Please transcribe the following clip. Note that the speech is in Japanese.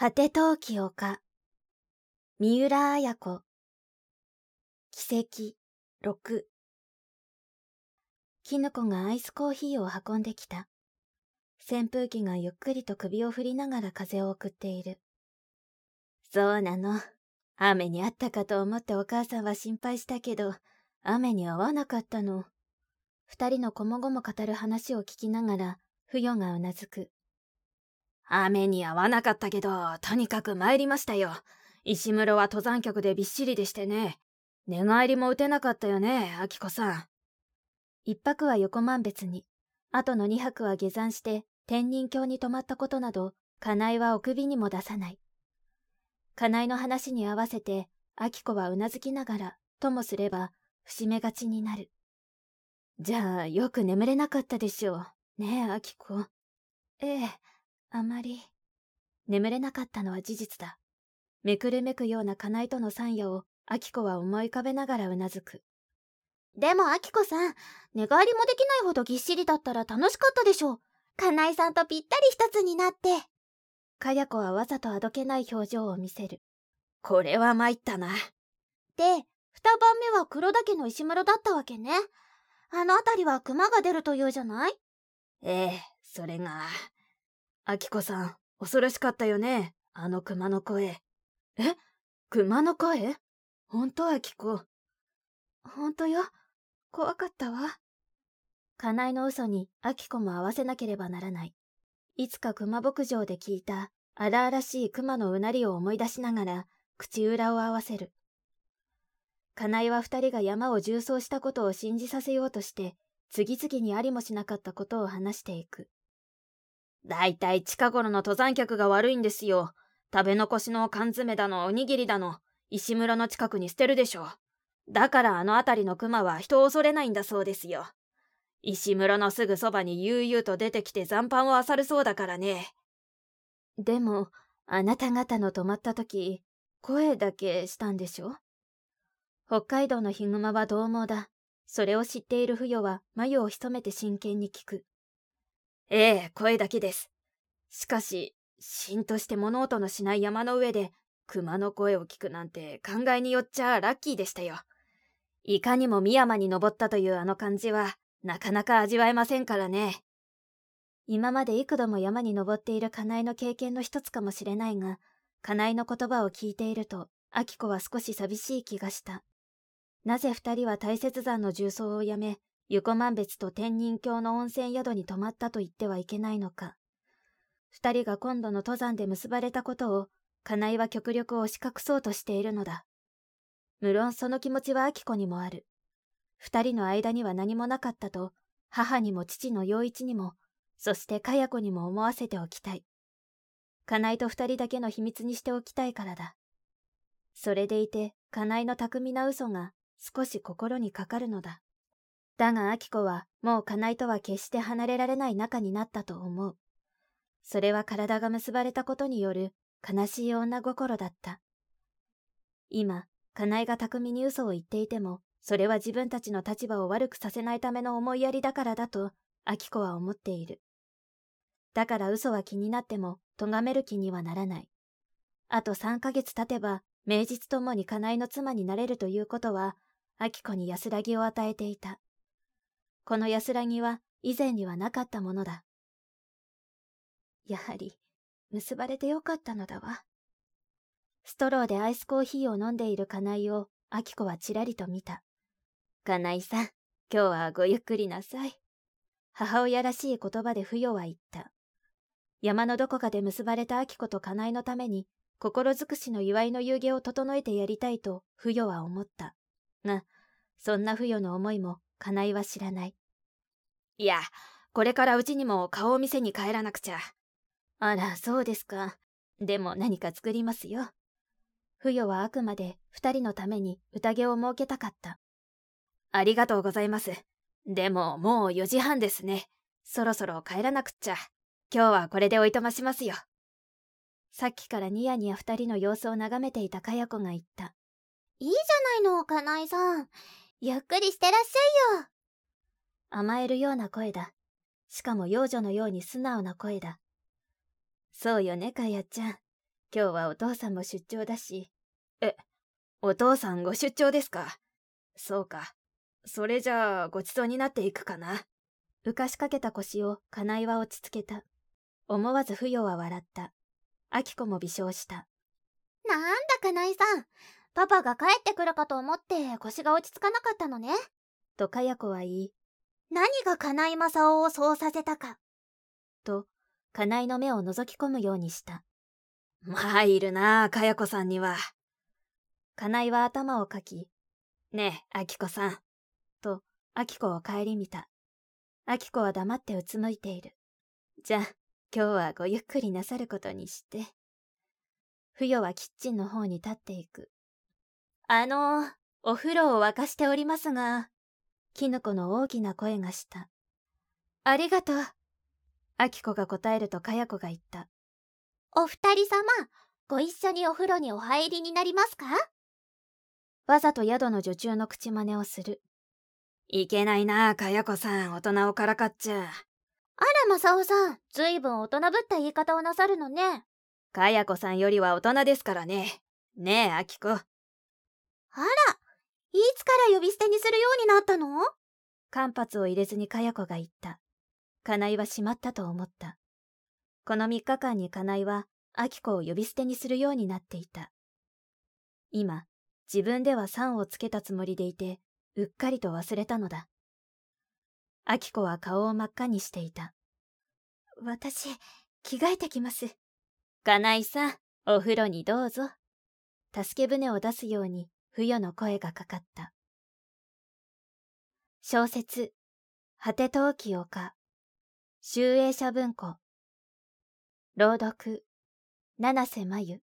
果て陶器丘、三浦綾子、奇跡、6。絹子がアイスコーヒーを運んできた。扇風機がゆっくりと首を振りながら風を送っている。そうなの。雨にあったかと思ってお母さんは心配したけど、雨に合わなかったの。二人のこもごも語る話を聞きながら、不与がうなずく。 雨に合わなかったけど、とにかく参りましたよ。石室は登山客でびっしりでしてね。寝返りも打てなかったよね、あきこさん。 一泊は横満別に、あとの二泊は下山して天人峡に泊まったことなど、金井はお首にも出さない。金井の話に合わせて、あきこはうなずきながら、ともすれば、伏し目がちになる。じゃあ、よく眠れなかったでしょう。ねえ、あきこ。ええ、あまり。眠れなかったのは事実だ。めくるめくような金井との山野を、あきこは思い浮かべながらうなずく。 でもあきこさん、寝返りもできないほどぎっしりだったら楽しかったでしょう。金井さんとぴったり一つになって。 かや子はわざとあどけない表情を見せる。 これは参ったな。 で、二番目は黒田家の石室だったわけね。あの辺りは熊が出るというじゃない？ ええ、それが。あきこさん、恐ろしかったよね、あの熊の声。え？熊の声？ほんとあきこ。 ほんとよ。怖かったわ。金井の嘘にあきこも合わせなければならない。いつか熊牧場で聞いた荒々しい熊のうなりを思い出しながら口裏を合わせる。金井は二人が山を縦走したことを信じさせようとして次々にありもしなかったことを話していく。 だいたい近頃の登山客が悪いんですよ。食べ残しの缶詰だのおにぎりだの石室の近くに捨てるでしょ。だからあの辺りの熊は人を恐れないんだそうですよ。石室のすぐそばに悠々と出てきて残飯を漁るそうだからね。 でも、あなた方の泊まった時、声だけしたんでしょ？北海道のヒグマは獰猛だ。それを知っている不与は眉を潜めて真剣に聞く。 ええ、声だけです。しかし、しんとして物音のしない山の上で熊の声を聞くなんて考えによっちゃラッキーでしたよ。いかにも深山に登ったというあの感じはなかなか味わえませんからね。 今まで幾度も山に登っている金井の経験の一つかもしれないが、金井の言葉を聞いていると、あきこは少し寂しい気がした。なぜ二人は大雪山の縦走をやめ、横満別と天人峡の温泉宿に泊まったと言ってはいけないのか。二人が今度の登山で結ばれたことを、金井は極力押し隠そうとしているのだ。無論その気持ちはあきこにもある。二人の間には何もなかったと、母にも父の陽一にも、そしてかや子にも思わせておきたい。金井と二人だけの秘密にしておきたいからだ。それでいて、金井の巧みな嘘が少し心にかかるのだ。だがあきこはもう金井とは決して離れられない仲になったと思う。それは体が結ばれたことによる悲しい女心だった。今、金井が巧みに嘘を言っていても、それは自分たちの立場を悪くさせないための思いやりだからだと、あきこは思っている。だから嘘は気になっても、咎める気にはならない。あと3ヶ月経てば、名実ともに金井の妻になれるということは、あきこに安らぎを与えていた。この安らぎは以前にはなかったものだ。やはり、結ばれてよかったのだわ。ストローでアイスコーヒーを飲んでいる金井を、あきこはちらりと見た。金井さん、今日はごゆっくりなさい。母親らしい言葉で不与は言った。山のどこかで結ばれたあきこと金井のために、心尽くしの祝いの夕げを整えてやりたいと不与は思った。が、そんな不与の思いも金井は知らない。 いや、これからうちにも顔を見せに帰らなくちゃ。 あら、そうですか。でも何か作りますよ。不与はあくまで二人のために宴を設けたかった。 ありがとうございます。でももう4時半ですね。そろそろ帰らなくっちゃ。今日はこれでおいとましますよ。 さっきからニヤニヤ二人の様子を眺めていたかや子が言った。 いいじゃないの、金井さん。ゆっくりしてらっしゃいよ。 甘えるような声だ。しかも幼女のように素直な声だ。そうよね、かやちゃん。 今日はお父さんも出張だし。 お父さんご出張ですか。そうか。それじゃあごちそうになっていくかな。 浮かしかけた腰を金井は落ち着けた。思わず不与は笑った。明子も微笑した。 なんだ金井さん、パパが帰ってくるかと思って腰が落ち着かなかったのね。 とかや子は言い、 何が金井正夫をそうさせたか。 と、金井の目を覗き込むようにした。 まあいるなあ、かや子さんには。 金井は頭をかき、 ねえ、あきこさん。 と、明子を顧みた。明子は黙ってうつむいている。じゃあ、今日はごゆっくりなさることにして。不与はキッチンの方に立っていく。お風呂を沸かしておりますが、絹子の大きな声がした。ありがとう。明子が答えるとかや子が言った。 お二人様、ご一緒にお風呂にお入りになりますか？ わざと宿の女中の口真似をする。 いけないなあ、かや子さん、大人をからかっちゃ。 あら正夫さん、ずいぶん大人ぶった言い方をなさるのね。 かや子さんよりは大人ですからね。ねえ、あきこ。 あら、いつから呼び捨てにするようになったの？ 間髪を入れずにかや子が言った。金井はしまったと思った。この3日間に金井は明子を呼び捨てにするようになっていた。今、自分では3をつけたつもりでいて、うっかりと忘れたのだ。明子は顔を真っ赤にしていた。私、着替えてきます。金井さん、お風呂にどうぞ。助け舟を出すように、不与の声がかかった。小説、果て陶器丘、集英社文庫。朗読、七瀬真由。